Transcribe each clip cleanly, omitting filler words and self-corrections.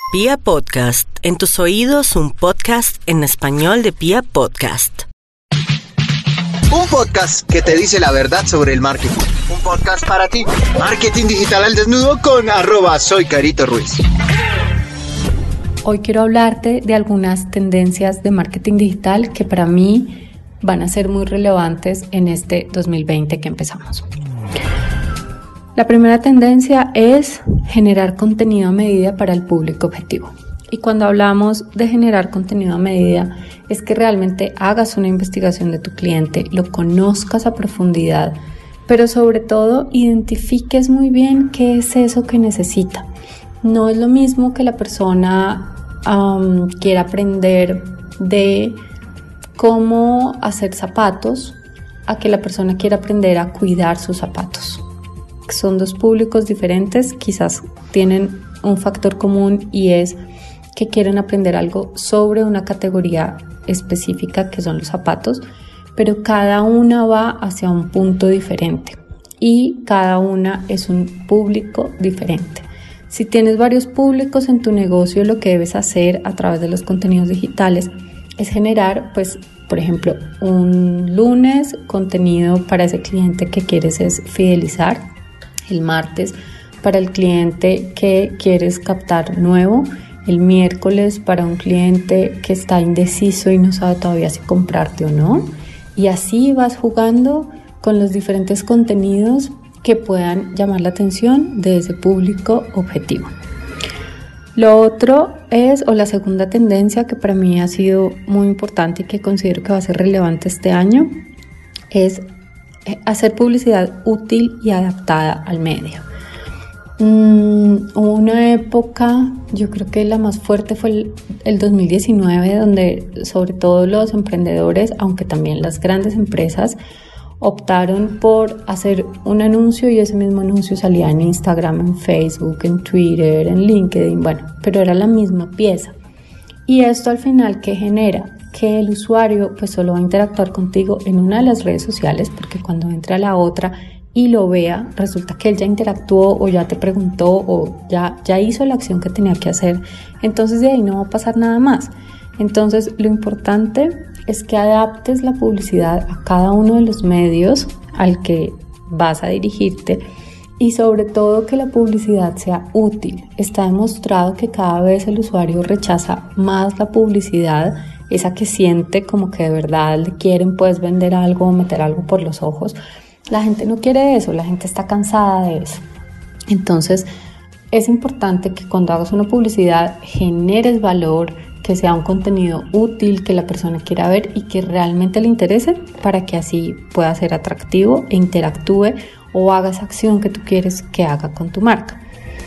Pia Podcast, en tus oídos un podcast en español de Pia Podcast. Un podcast que te dice la verdad sobre el marketing. Un podcast para ti. Marketing digital al desnudo con @soycaritoruiz. Hoy quiero hablarte de algunas tendencias de marketing digital que para mí van a ser muy relevantes en este 2020 que empezamos. La primera tendencia es generar contenido a medida para el público objetivo. Y cuando hablamos de generar contenido a medida, es que realmente hagas una investigación de tu cliente, lo conozcas a profundidad, pero sobre todo identifiques muy bien qué es eso que necesita. No es lo mismo que la persona quiera aprender de cómo hacer zapatos a que la persona quiera aprender a cuidar sus zapatos. Son dos públicos diferentes, quizás tienen un factor común y es que quieren aprender algo sobre una categoría específica que son los zapatos, pero cada una va hacia un punto diferente y cada una es un público diferente. Si tienes varios públicos en tu negocio, lo que debes hacer a través de los contenidos digitales es generar, por ejemplo, un lunes contenido para ese cliente que quieres es fidelizar, el martes para el cliente que quieres captar nuevo, el miércoles para un cliente que está indeciso y no sabe todavía si comprarte o no, y así vas jugando con los diferentes contenidos que puedan llamar la atención de ese público objetivo. Lo otro es, o la segunda tendencia que para mí ha sido muy importante y que considero que va a ser relevante este año, es hacer publicidad útil y adaptada al medio. Hubo una época, yo creo que la más fuerte fue el 2019, donde sobre todo los emprendedores, aunque también las grandes empresas, optaron por hacer un anuncio y ese mismo anuncio salía en Instagram, en Facebook, en Twitter, en LinkedIn, pero era la misma pieza. Y esto al final, ¿qué genera? Que el usuario solo va a interactuar contigo en una de las redes sociales, porque cuando entre a la otra y lo vea, resulta que él ya interactuó o ya te preguntó o ya hizo la acción que tenía que hacer, entonces de ahí no va a pasar nada más. Entonces lo importante es que adaptes la publicidad a cada uno de los medios al que vas a dirigirte y sobre todo que la publicidad sea útil. Está demostrado que cada vez el usuario rechaza más la publicidad, esa que siente como que de verdad le quieren vender algo o meter algo por los ojos. La gente no quiere eso, la gente está cansada de eso. Entonces es importante que cuando hagas una publicidad generes valor, que sea un contenido útil, que la persona quiera ver y que realmente le interese para que así pueda ser atractivo e interactúe o haga esa acción que tú quieres que haga con tu marca.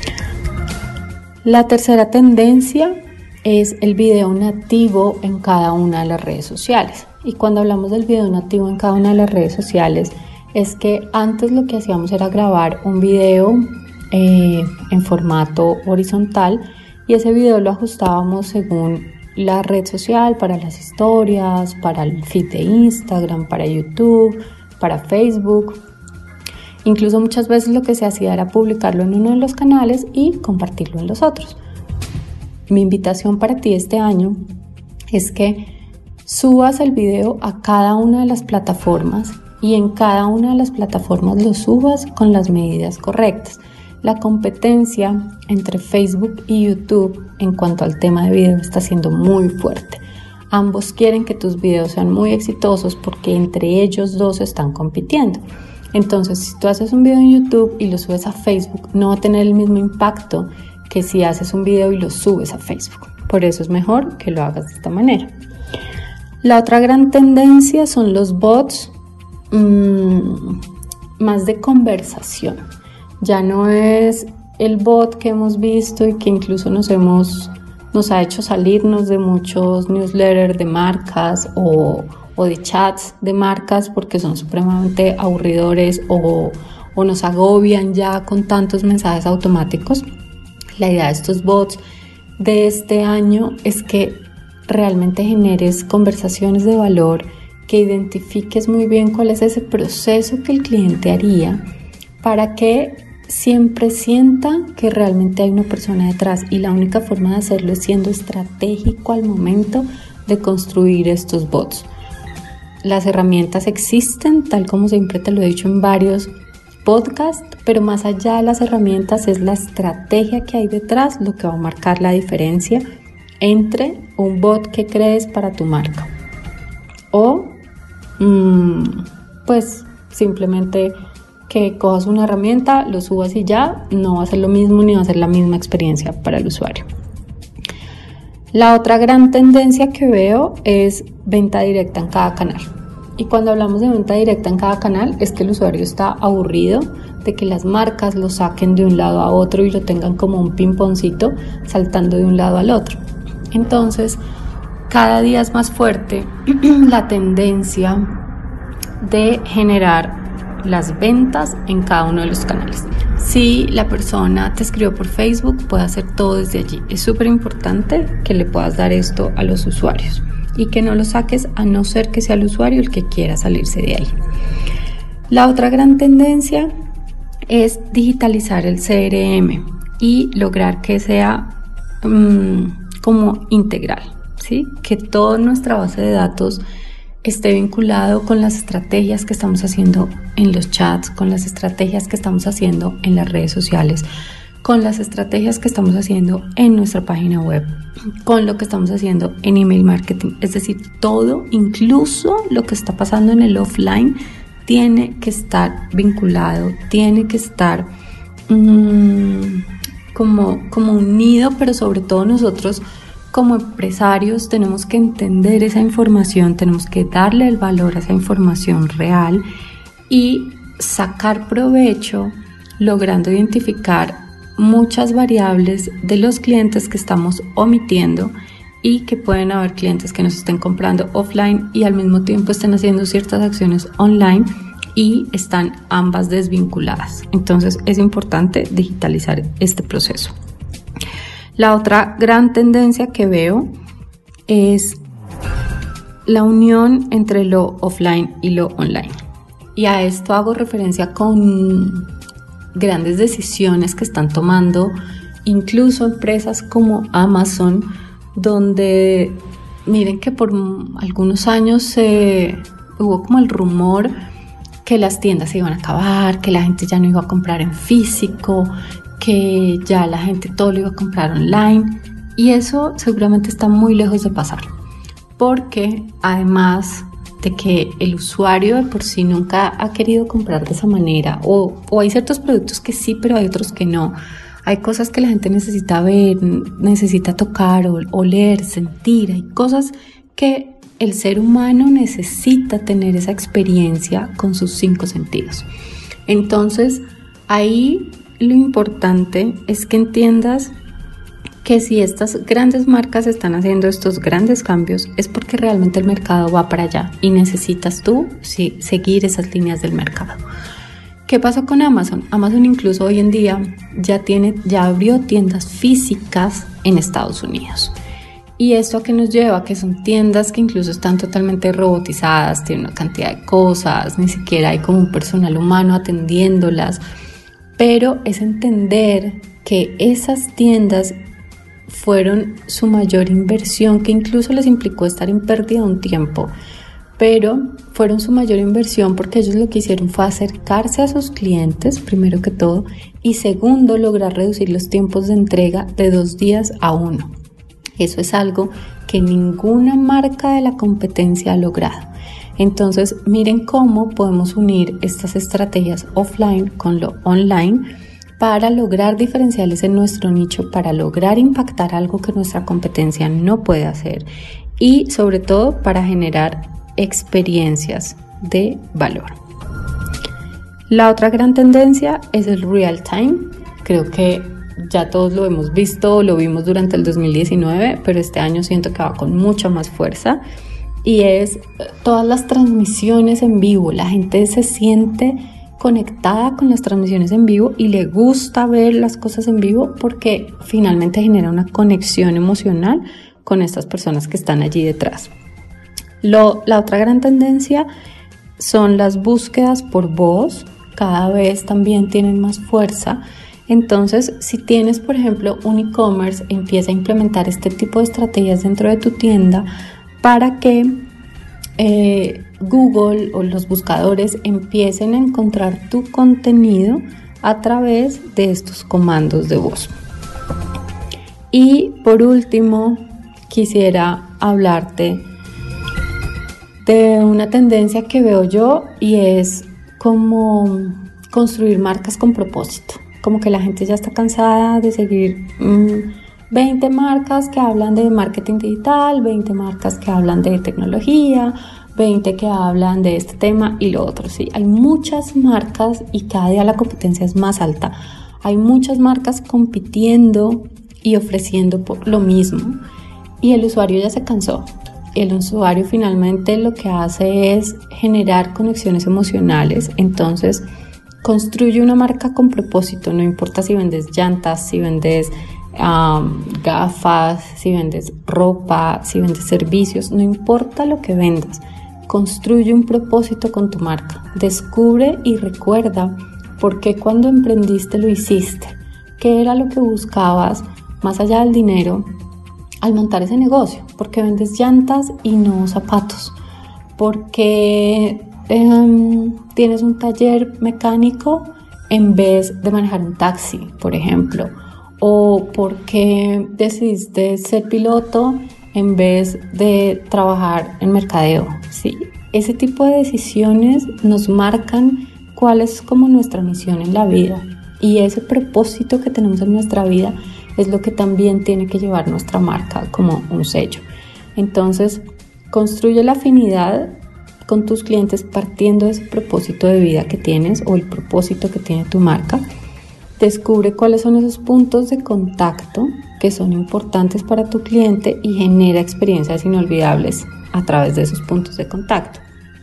La tercera tendencia es el video nativo en cada una de las redes sociales. Y cuando hablamos del video nativo en cada una de las redes sociales, es que antes lo que hacíamos era grabar un video en formato horizontal y ese video lo ajustábamos según la red social para las historias, para el feed de Instagram, para YouTube, para Facebook. Incluso muchas veces lo que se hacía era publicarlo en uno de los canales y compartirlo en los otros. Mi invitación para ti este año es que subas el video a cada una de las plataformas y en cada una de las plataformas lo subas con las medidas correctas. La competencia entre Facebook y YouTube en cuanto al tema de video está siendo muy fuerte. Ambos quieren que tus videos sean muy exitosos porque entre ellos dos están compitiendo. Entonces, si tú haces un video en YouTube y lo subes a Facebook, no va a tener el mismo impacto que si haces un video y lo subes a Facebook. Por eso es mejor que lo hagas de esta manera. La otra gran tendencia son los bots más de conversación. Ya no es el bot que hemos visto y que incluso nos ha hecho salirnos de muchos newsletters de marcas o de chats de marcas porque son supremamente aburridores o nos agobian ya con tantos mensajes automáticos. La idea de estos bots de este año es que realmente generes conversaciones de valor, que identifiques muy bien cuál es ese proceso que el cliente haría para que siempre sienta que realmente hay una persona detrás, y la única forma de hacerlo es siendo estratégico al momento de construir estos bots. Las herramientas existen, tal como siempre te lo he dicho en varios podcasts, pero más allá de las herramientas es la estrategia que hay detrás lo que va a marcar la diferencia entre un bot que crees para tu marca o pues simplemente que cojas una herramienta, lo subas y ya. No va a ser lo mismo ni va a ser la misma experiencia para el usuario. La otra gran tendencia que veo es venta directa en cada canal. Y cuando hablamos de venta directa en cada canal es que el usuario está aburrido de que las marcas lo saquen de un lado a otro y lo tengan como un ping-pongcito saltando de un lado al otro. Entonces, cada día es más fuerte la tendencia de generar las ventas en cada uno de los canales. Si la persona te escribió por Facebook, puede hacer todo desde allí. Es súper importante que le puedas dar esto a los usuarios y que no lo saques a no ser que sea el usuario el que quiera salirse de ahí. La otra gran tendencia es digitalizar el CRM y lograr que sea como integral, ¿sí? Que toda nuestra base de datos esté vinculado con las estrategias que estamos haciendo en los chats, con las estrategias que estamos haciendo en las redes sociales, con las estrategias que estamos haciendo en nuestra página web, con lo que estamos haciendo en email marketing. Es decir, todo, incluso lo que está pasando en el offline, tiene que estar vinculado, tiene que estar como unido, pero sobre todo nosotros como empresarios tenemos que entender esa información, tenemos que darle el valor a esa información real y sacar provecho logrando identificar muchas variables de los clientes que estamos omitiendo y que pueden haber clientes que nos estén comprando offline y al mismo tiempo estén haciendo ciertas acciones online y están ambas desvinculadas. Entonces es importante digitalizar este proceso. La otra gran tendencia que veo es la unión entre lo offline y lo online. Y a esto hago referencia con grandes decisiones que están tomando incluso empresas como Amazon, donde miren que por algunos años hubo como el rumor que las tiendas se iban a acabar, que la gente ya no iba a comprar en físico, que ya la gente todo lo iba a comprar online, y eso seguramente está muy lejos de pasar, porque además de que el usuario de por sí nunca ha querido comprar de esa manera, o hay ciertos productos que sí, pero hay otros que no. Hay cosas que la gente necesita ver, necesita tocar, oler, sentir. Hay cosas que el ser humano necesita tener esa experiencia con sus 5 sentidos. Entonces, ahí lo importante es que entiendas que si estas grandes marcas están haciendo estos grandes cambios es porque realmente el mercado va para allá y necesitas tú seguir esas líneas del mercado. ¿Qué pasó con Amazon? Amazon incluso hoy en día ya abrió tiendas físicas en Estados Unidos. ¿Y esto a qué nos lleva? Que son tiendas que incluso están totalmente robotizadas, tienen una cantidad de cosas, ni siquiera hay como un personal humano atendiéndolas. Pero es entender que esas tiendas fueron su mayor inversión, que incluso les implicó estar en pérdida un tiempo, pero fueron su mayor inversión porque ellos lo que hicieron fue acercarse a sus clientes, primero que todo, y segundo, lograr reducir los tiempos de entrega de 2 días a 1. Eso es algo que ninguna marca de la competencia ha logrado. Entonces, miren cómo podemos unir estas estrategias offline con lo online para lograr diferenciales en nuestro nicho, para lograr impactar algo que nuestra competencia no puede hacer y sobre todo para generar experiencias de valor. La otra gran tendencia es el real time. Creo que ya todos lo hemos visto, lo vimos durante el 2019, pero este año siento que va con mucha más fuerza. Y es todas las transmisiones en vivo. La gente se siente conectada con las transmisiones en vivo y le gusta ver las cosas en vivo porque finalmente genera una conexión emocional con estas personas que están allí detrás. La otra gran tendencia son las búsquedas por voz cada vez también tienen más fuerza. Entonces, si tienes, por ejemplo, un e-commerce, empieza a implementar este tipo de estrategias dentro de tu tienda para que Google o los buscadores empiecen a encontrar tu contenido a través de estos comandos de voz. Y por último, quisiera hablarte de una tendencia que veo yo, y es como construir marcas con propósito. Como que la gente ya está cansada de seguir 20 marcas que hablan de marketing digital, 20 marcas que hablan de tecnología, 20 que hablan de este tema y lo otro. Sí, hay muchas marcas y cada día la competencia es más alta. Hay muchas marcas compitiendo y ofreciendo lo mismo, y el usuario ya se cansó. El usuario finalmente lo que hace es generar conexiones emocionales. Entonces, construye una marca con propósito. No importa si vendes llantas, si vendes gafas, si vendes ropa, si vendes servicios, no importa lo que vendas. Construye un propósito con tu marca. Descubre y recuerda por qué cuando emprendiste lo hiciste. ¿Qué era lo que buscabas más allá del dinero al montar ese negocio? ¿Por qué vendes llantas y no zapatos? ¿Por qué tienes un taller mecánico en vez de manejar un taxi, por ejemplo? ¿O por qué decidiste ser piloto en vez de trabajar en mercadeo? ¿Sí? Ese tipo de decisiones nos marcan cuál es como nuestra misión en la vida, y ese propósito que tenemos en nuestra vida es lo que también tiene que llevar nuestra marca como un sello. Entonces, construye la afinidad con tus clientes partiendo de ese propósito de vida que tienes o el propósito que tiene tu marca. Descubre cuáles son esos puntos de contacto que son importantes para tu cliente y genera experiencias inolvidables a través de esos puntos de contacto.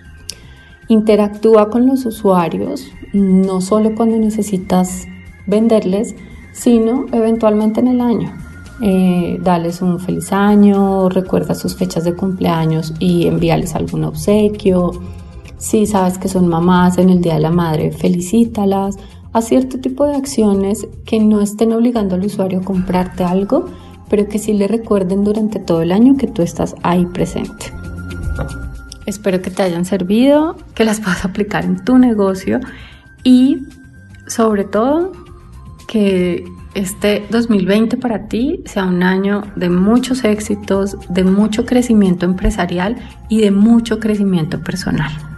Interactúa con los usuarios, no solo cuando necesitas venderles, sino eventualmente en el año. Dales un feliz año, recuerda sus fechas de cumpleaños y envíales algún obsequio. Si sabes que son mamás, en el Día de la Madre, felicítalas. Haz cierto tipo de acciones que no estén obligando al usuario a comprarte algo, pero que sí le recuerden durante todo el año que tú estás ahí presente. Espero que te hayan servido, que las puedas aplicar en tu negocio y sobre todo que este 2020 para ti sea un año de muchos éxitos, de mucho crecimiento empresarial y de mucho crecimiento personal.